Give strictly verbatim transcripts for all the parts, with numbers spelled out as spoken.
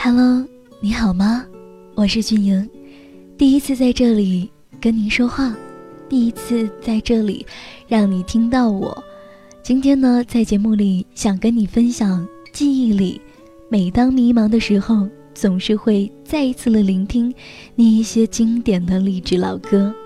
Hello， 你好吗？我是俊莹，第一次在这里跟您说话，第一次在这里让你听到我。今天呢，在节目里想跟你分享记忆里，每当迷茫的时候，总是会再一次的聆听你一些经典的励志老歌。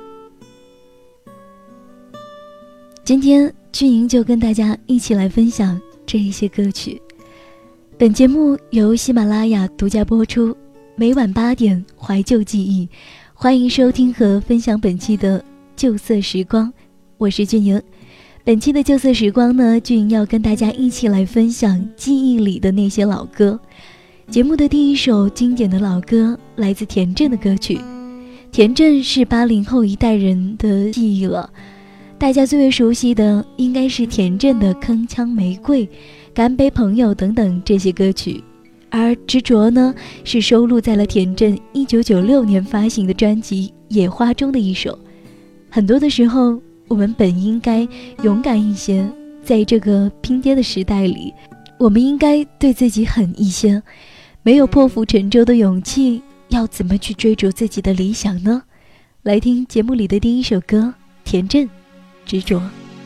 今天俊莹就跟大家一起来分享这一些歌曲。本节目由喜马拉雅独家播出，每晚八点怀旧记忆，欢迎收听和分享本期的旧色时光，我是俊莹。本期的旧色时光呢，俊莹要跟大家一起来分享记忆里的那些老歌。节目的第一首经典的老歌来自田震的歌曲。田震是八零后一代人的记忆了，大家最为熟悉的应该是田震的《铿锵玫瑰》、干杯朋友等等这些歌曲，而执着呢，是收录在了田震一九九六年发行的专辑《野花》中的一首。很多的时候，我们本应该勇敢一些，在这个拼爹的时代里，我们应该对自己狠一些。没有破釜沉舟的勇气，要怎么去追逐自己的理想呢？来听节目里的第一首歌，田震，执着。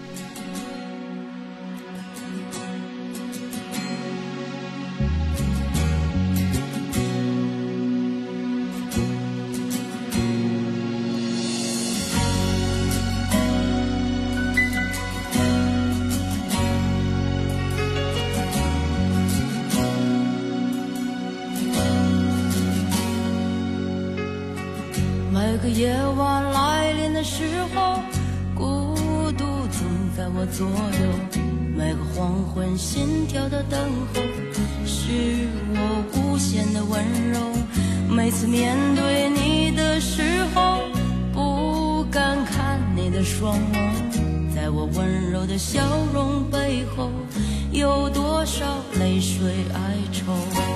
每个夜晚来临的时候，孤独总在我左右，每个黄昏心跳的等候，是我无限的温柔。每次面对你的时候，不敢看你的双眸，在我温柔的笑容背后，有多少泪水哀愁。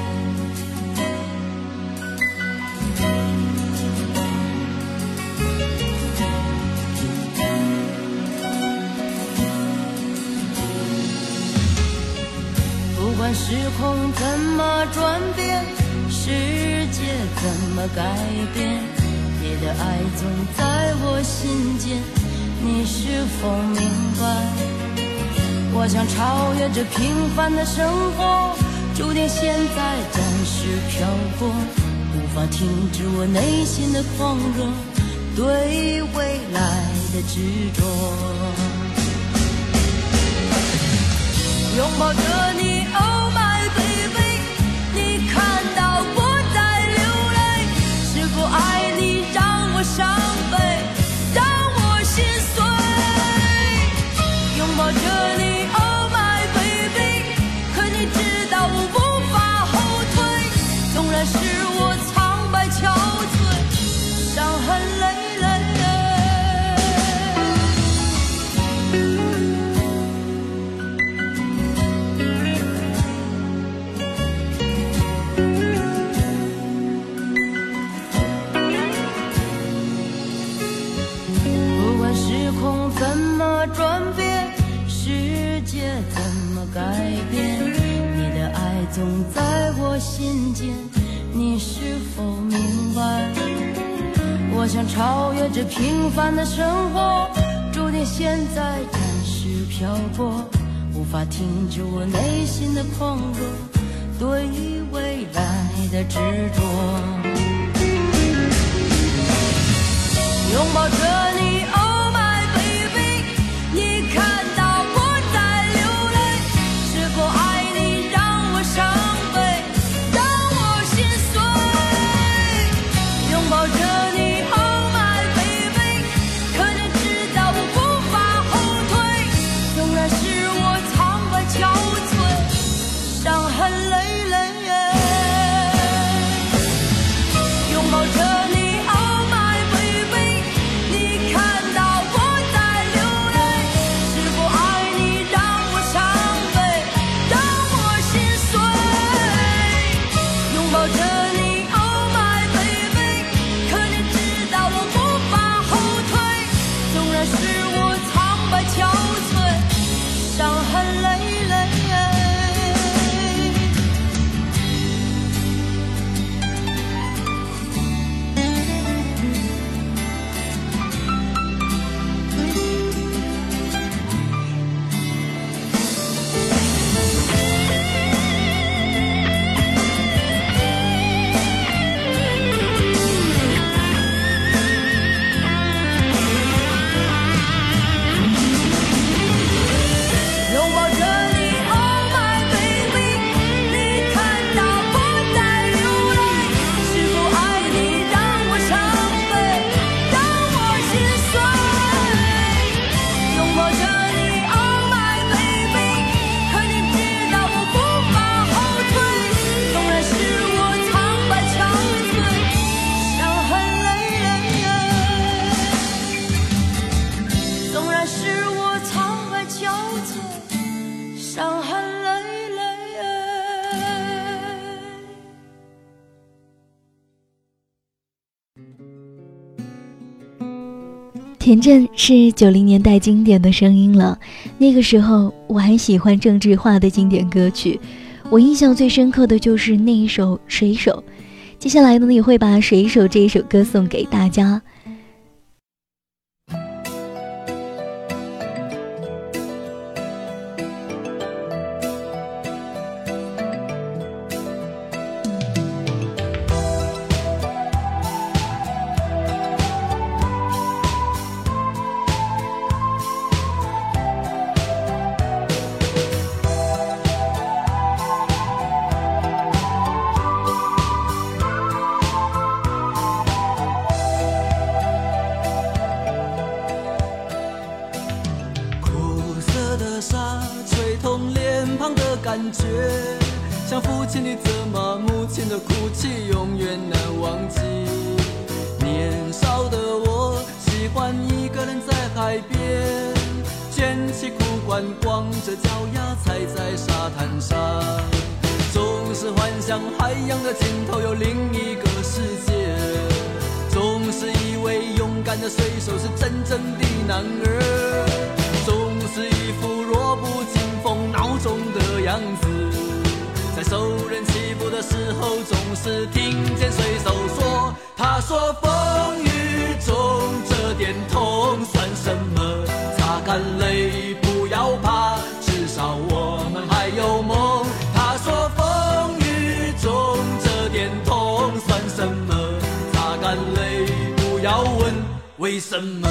不管时空怎么转变，世界怎么改变，你的爱总在我心间，你是否明白？我想超越这平凡的生活，注定现在暂时漂泊，无法停止我内心的狂热，对未来的执着。拥抱着你 Oh my baby， 你看到我在流泪，是否爱你让我伤悲，让我心碎。拥抱着你 Oh my baby， 可你知道我无法后退，纵然是我苍白憔悴，伤痕累累。怎么转变，世界怎么改变，你的爱总在我心间，你是否明白？我想超越这平凡的生活，注定现在暂时漂泊，无法停止我内心的狂热，对未来的执着。拥抱着你Oh my baby， 你看到我在流泪，是否爱你让我伤悲，让我心碎。拥抱着你 Oh my baby， 可你知道我无法后退，纵然是我苍白憔悴，伤痕累累。拥抱着你 Oh my baby， 你看到伤痕累累。 田震是九零年代经典的声音了，那个时候我还喜欢郑智化的经典歌曲，我印象最深刻的就是那一首《水手》。接下来呢，也会把《水手》这一首歌送给大家。 感觉像父亲的责骂，母亲的哭泣，永远难忘记。年少的我喜欢一个人在海边，卷起裤管，光着脚丫踩在沙滩上，总是幻想海洋的尽头有另一个世界，总是以为勇敢的水手是真正的男儿，总是一副弱不禁风孬种的样子，在受人欺负的时候总是听见水手说，他说风雨中这点痛算什么，擦干泪不要怕，至少我们还有梦。他说风雨中这点痛算什么，擦干泪不要问为什么。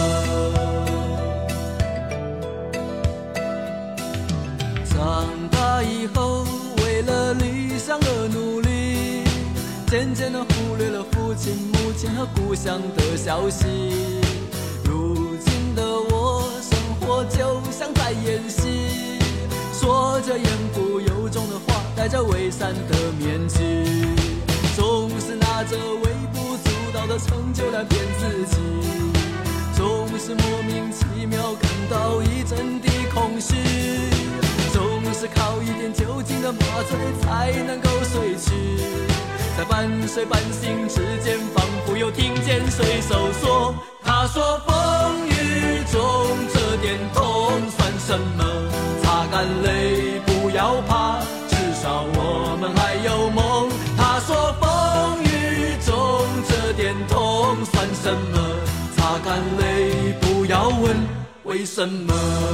长大以后为了理想而努力，渐渐地忽略了父亲母亲和故乡的消息。如今的我生活就像在演戏，说着言不由衷的话，戴着伪善的面具，总是拿着微不足道的成就来骗自己，总是莫名其妙感到一阵的空虚，总是靠一点酒精的麻醉才能够睡去，在半睡半醒之间，仿佛又听见水手说，他说风雨中这点痛算什么，擦干泪不要怕，至少我们还有梦。他说风雨中这点痛算什么，擦干泪不要问为什么。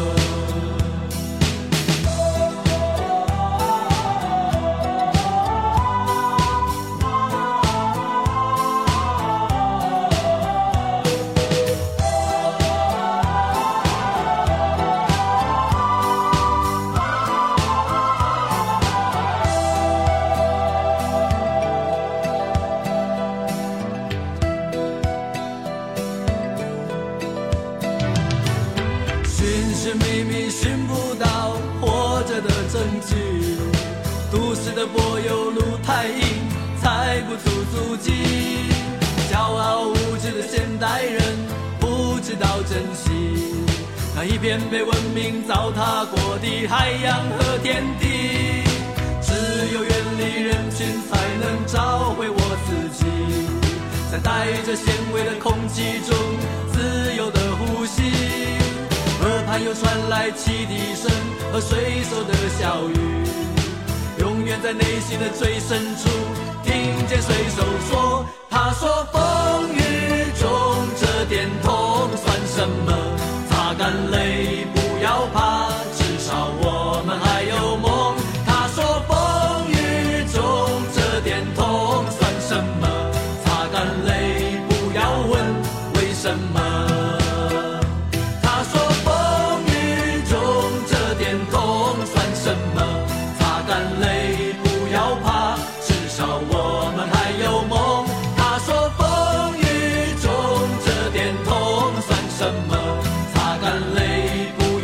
都市的柏油路太硬，踩不出足迹，骄傲无知的现代人不知道珍惜那一片被文明糟蹋过的海洋和天地。只有远离人群才能找回我自己，在带着咸味的空气中自由的呼吸，耳畔又传来汽笛声和水手的笑语，永远在内心的最深处听见水手说，他说风雨中这点痛算什么，擦干泪不要怕，至少我们还有梦。他说风雨中这点痛算什么，擦干泪不要问为什么。他说风雨中这点痛算什么，擦干泪不要怕，至少我们还有梦。他说风雨中这点痛算什么，擦干泪不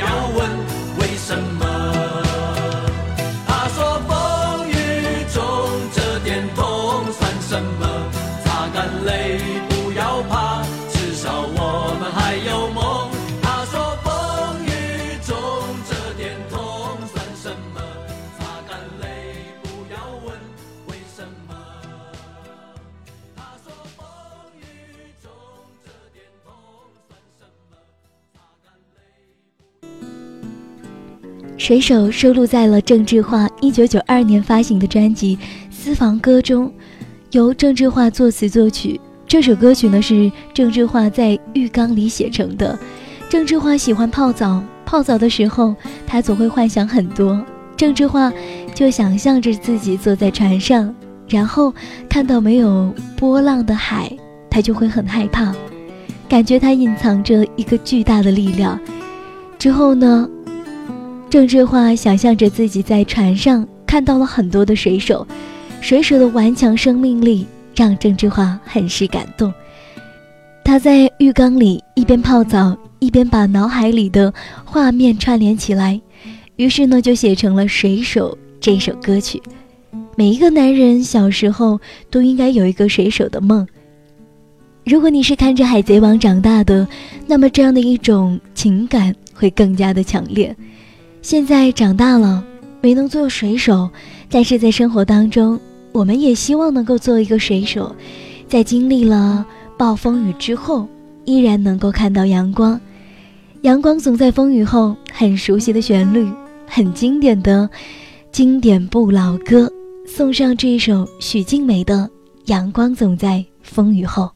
水手收录在了郑智化一九九二年发行的专辑《私房歌》中，由郑智化作词作曲。这首歌曲呢是郑智化在浴缸里写成的。郑智化喜欢泡澡，泡澡的时候他总会幻想很多。郑智化就想象着自己坐在船上，然后看到没有波浪的海，他就会很害怕，感觉它隐藏着一个巨大的力量。之后呢，郑智化想象着自己在船上看到了很多的水手，水手的顽强生命力让郑智化很是感动。他在浴缸里一边泡澡，一边把脑海里的画面串联起来，于是呢就写成了《水手》这首歌曲。每一个男人小时候都应该有一个水手的梦。如果你是看着《海贼王》长大的，那么这样的一种情感会更加的强烈。现在长大了，没能做水手，但是在生活当中，我们也希望能够做一个水手，在经历了暴风雨之后，依然能够看到阳光。阳光总在风雨后，很熟悉的旋律，很经典的经典不老歌，送上这一首许静美的《阳光总在风雨后》。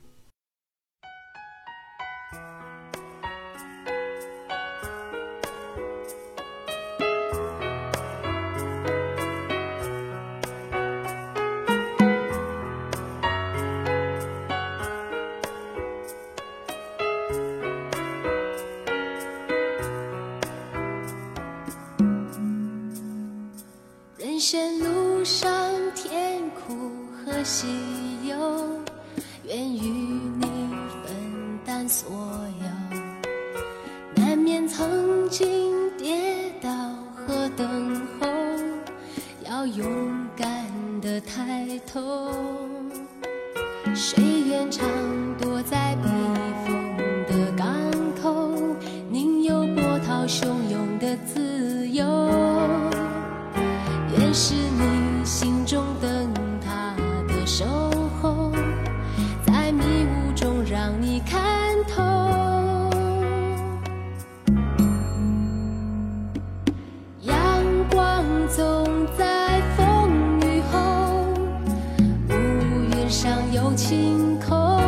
人生路上甜苦和喜忧，愿与你分担所有，难免曾经跌倒和等候，要勇敢地抬头。谁愿常躲在避风的港口，宁有波涛汹涌的自由。愿是你心中灯塔的守候，在迷雾中让你看透。阳光总在风雨后，乌云上有晴空，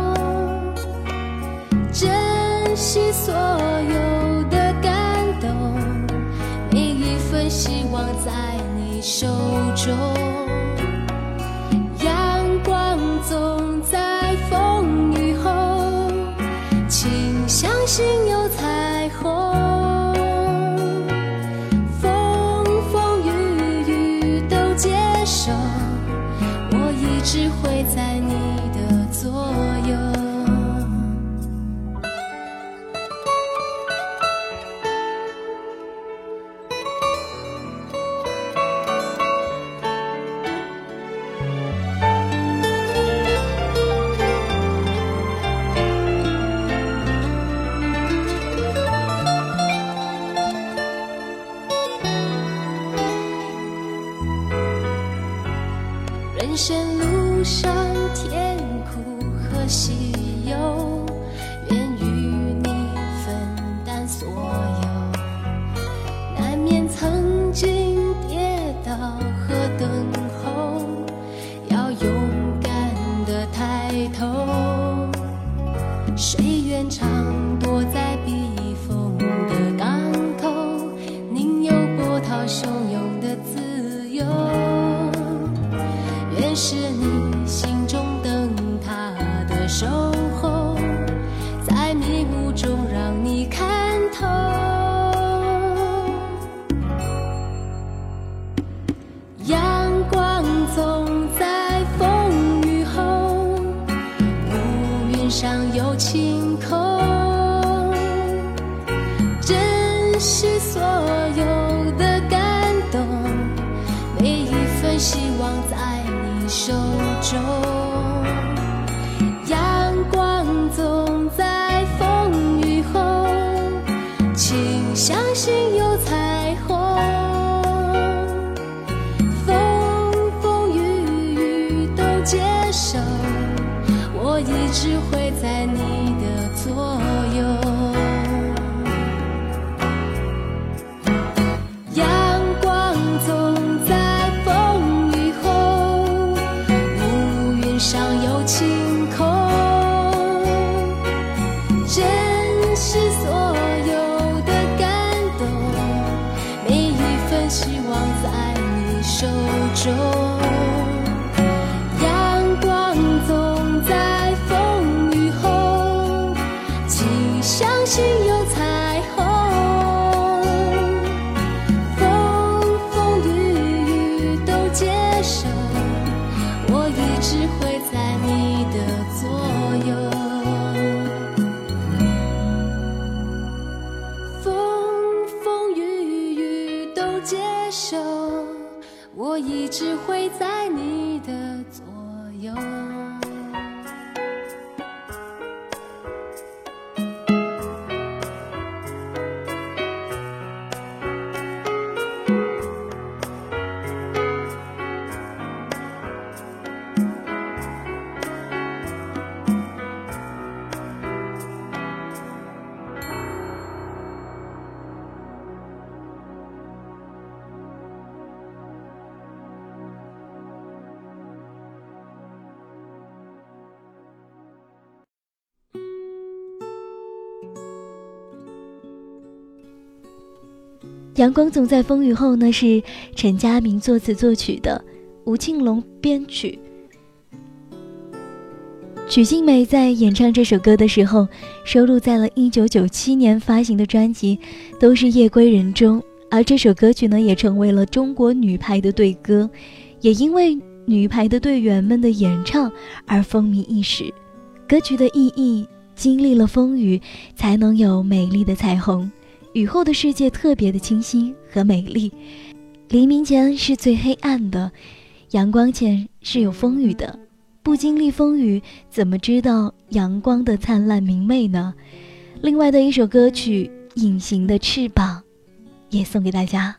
珍惜所有的感动，每一份希望在手中。阳光总在风雨后，请相信有彩虹。风风雨雨都接受，我一直会在你的左右。人生路上甜苦和喜忧，愿与你分担所有，难免曾经跌倒和等候，要勇敢地抬头。谁愿常躲在避风的港口，宁有波涛汹涌的自由。愿是你心中灯塔的守候，在迷雾中让你看透。阳光总在风雨后，乌云上有晴空，珍惜所有的感动，每一份希望在手中。阳光总在风雨后，请相信有彩虹。风风雨雨都接受，我一直会在你的左右。 手，我一直会在你的左右。 阳光总在风雨后呢，是陈佳明作词作曲的，吴庆隆编曲。许静美在演唱这首歌的时候，收录在了一九九七年发行的专辑《都是夜归人》中，而这首歌曲呢，也成为了中国女排的队歌，也因为女排的队员们的演唱而风靡一时。歌曲的意义，经历了风雨，才能有美丽的彩虹。雨后的世界特别的清晰和美丽，黎明前是最黑暗的，阳光前是有风雨的，不经历风雨，怎么知道阳光的灿烂明媚呢？另外的一首歌曲《隐形的翅膀》也送给大家。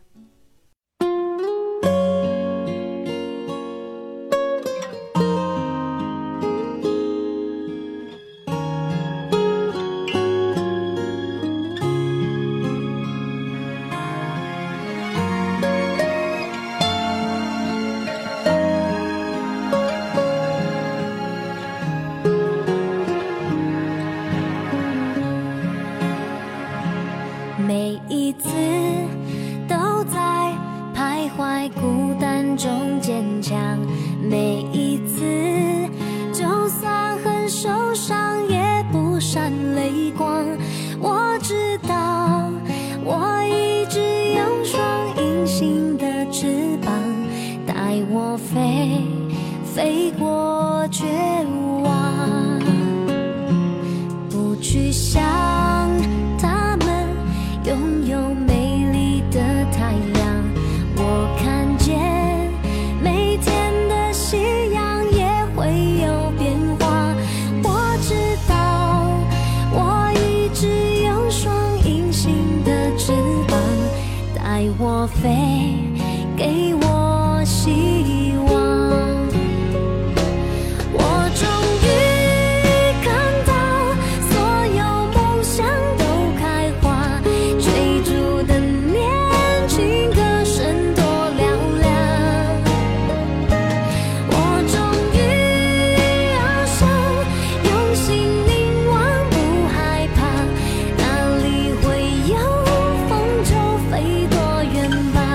每一次都在徘徊孤单中坚强，每一次就算很受伤也不闪泪光。我知道我一直有双隐形的翅膀，带我飞飞过绝望，不去想拥有美丽的太阳，我看见每天的夕阳也会有变化。我知道我一直有双隐形的翅膀，带我飞，给我希望。我终于看到所有梦想都开花，追逐的年轻歌声多嘹亮。我终于翱翔，用心凝望，不害怕，哪里会有风就飞多远吧。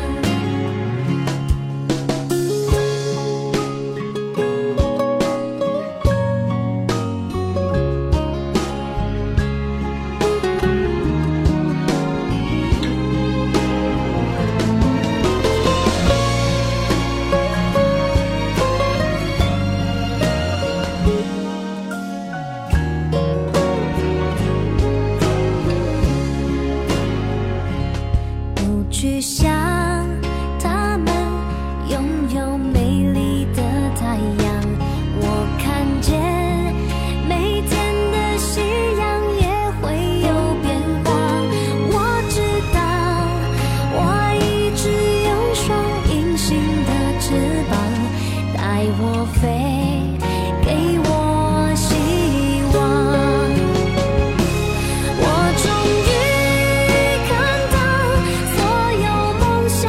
不去想他们拥有美丽的太阳，我看见每天的夕阳也会有变化。我知道我一直有双隐形的翅膀，带我飞，给我希望。我终于看到所有梦想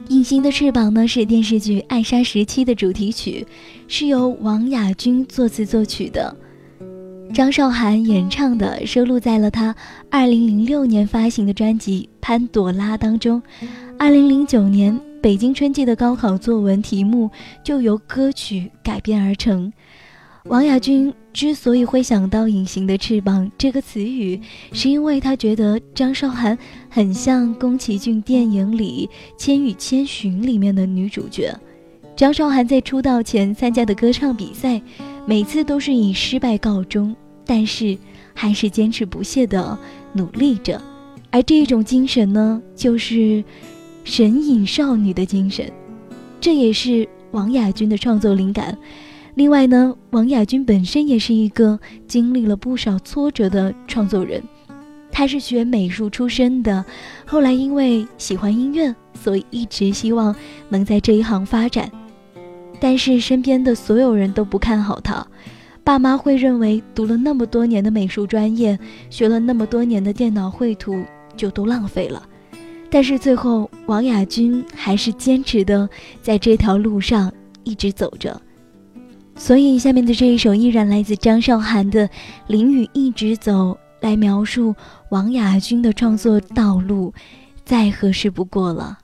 隐形的翅膀呢是电视剧《爱莎时期》的主题曲，是由王雅君作词作曲的，张韶涵演唱的，收录在了她二零零六年发行的专辑《潘朵拉》当中。二零零九年北京春季的高考作文题目就由歌曲改编而成。王雅君之所以会想到隐形的翅膀这个词语，是因为她觉得张韶涵很像宫崎骏电影里《千与千寻》里面的女主角。张韶涵在出道前参加的歌唱比赛，每次都是以失败告终，但是还是坚持不懈地努力着。而这种精神呢，就是神隐少女的精神，这也是王雅君的创作灵感。另外呢，王雅君本身也是一个经历了不少挫折的创作人。她是学美术出身的，后来因为喜欢音乐，所以一直希望能在这一行发展。但是身边的所有人都不看好她，爸妈会认为读了那么多年的美术专业，学了那么多年的电脑绘图就都浪费了。但是最后王雅君还是坚持的在这条路上一直走着。所以下面的这一首依然来自张韶涵的《淋雨一直走》，来描述王雅君的创作道路再合适不过了。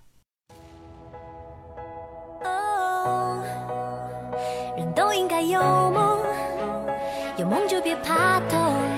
哦，人都应该有梦，有梦就别怕痛，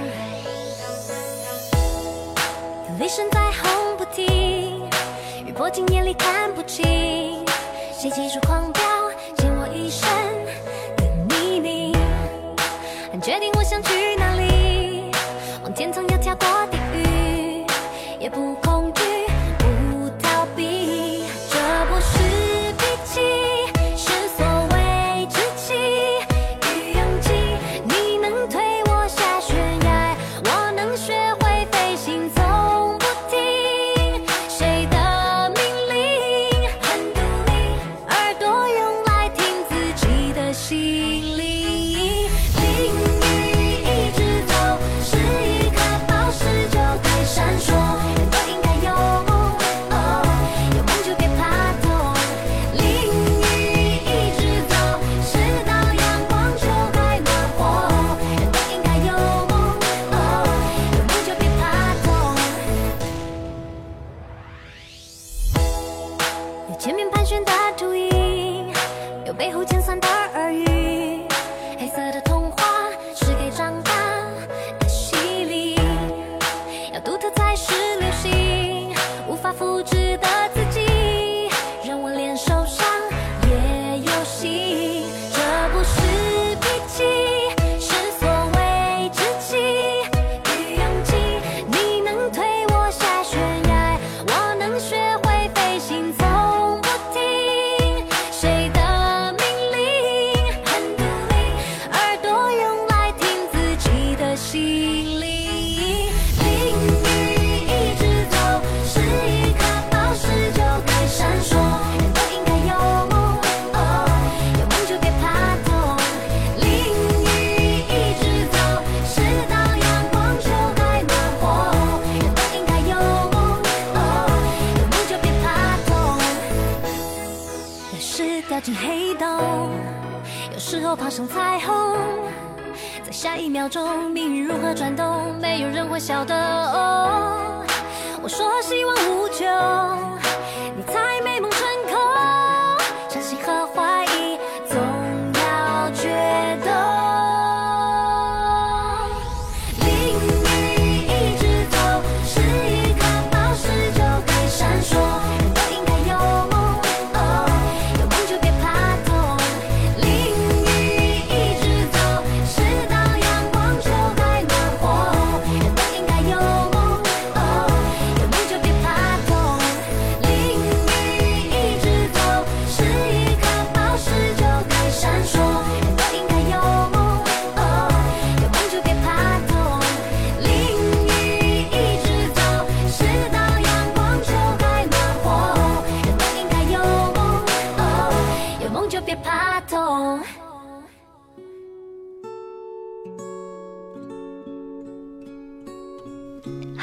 有雷声在轰不停，雨泼进眼里看不清，谁急速狂飙溅我一身的泥泞，很确定我想去哪里，往天堂要跳过地狱，也不恐惧不逃避，这不是脾气，是所谓志气与勇气，你能推我下悬崖，我能学会飞行从不听谁的命令，很独立，耳朵用来听自己的心灵，淋雨一直走，是一颗宝石就该闪烁，人都应该有梦，哦，有梦就别怕痛，淋雨一直走，直到阳光就该暖和，人都应该有梦，哦，有梦就别怕痛，有前面盘旋的秃鹰，有背后尖酸的耳语，黑色的童话是给长大的洗礼，要独特才是流行，无法复制的自己，让我连受伤也有戏，这不是脾气，是所谓志气与勇气，你能推我下悬崖，我能学会飞行从不听谁的命令，很独立，耳朵用来听自己的心灵，淋雨一直走，是一颗宝石就该闪烁，人都应该有梦，哦，有梦就别怕痛，淋雨一直走，直到阳光就该暖和，人都应该有梦，哦，有梦就别怕痛，有时掉进黑洞，有时候爬上彩虹，在下一秒钟命运如何转动，没有人会晓得，哦，我说希望无穷，你猜美梦成空，相信和怀疑总要决斗，淋雨一直走，是一颗宝石就该闪烁，人都应该有梦，哦，有梦就别怕痛，淋雨一直走，直到阳光就该暖和，人都应该有梦，哦，有梦就别怕痛，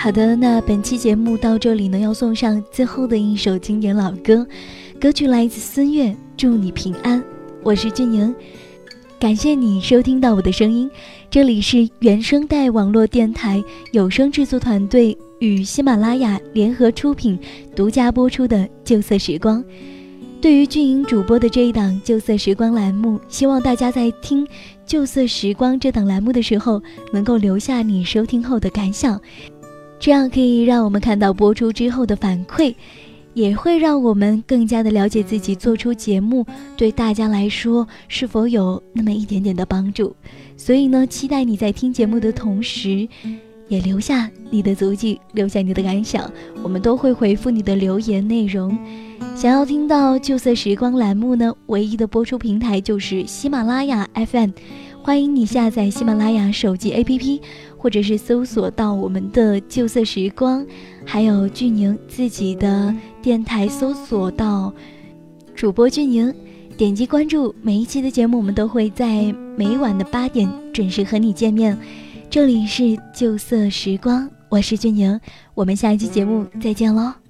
好的，那本期节目到这里呢，要送上最后的一首经典老歌，歌曲来自孙悦，祝你平安。我是俊宁，感谢你收听到我的声音，这里是原声带网络电台有声制作团队与喜马拉雅联合出品独家播出的旧色时光。对于俊莹主播的这一档旧色时光栏目，希望大家在听旧色时光这档栏目的时候能够留下你收听后的感想，这样可以让我们看到播出之后的反馈，也会让我们更加的了解自己做出节目对大家来说是否有那么一点点的帮助。所以呢，期待你在听节目的同时也留下你的足迹，留下你的感想，我们都会回复你的留言内容。想要听到旧色时光栏目呢，唯一的播出平台就是喜马拉雅 F M， 欢迎你下载喜马拉雅手机 A P P， 或者是搜索到我们的旧色时光，还有俊宁自己的电台搜索到主播俊宁，点击关注，每一期的节目我们都会在每晚的八点准时和你见面。这里是旧色时光，我是俊宁，我们下一期节目再见咯。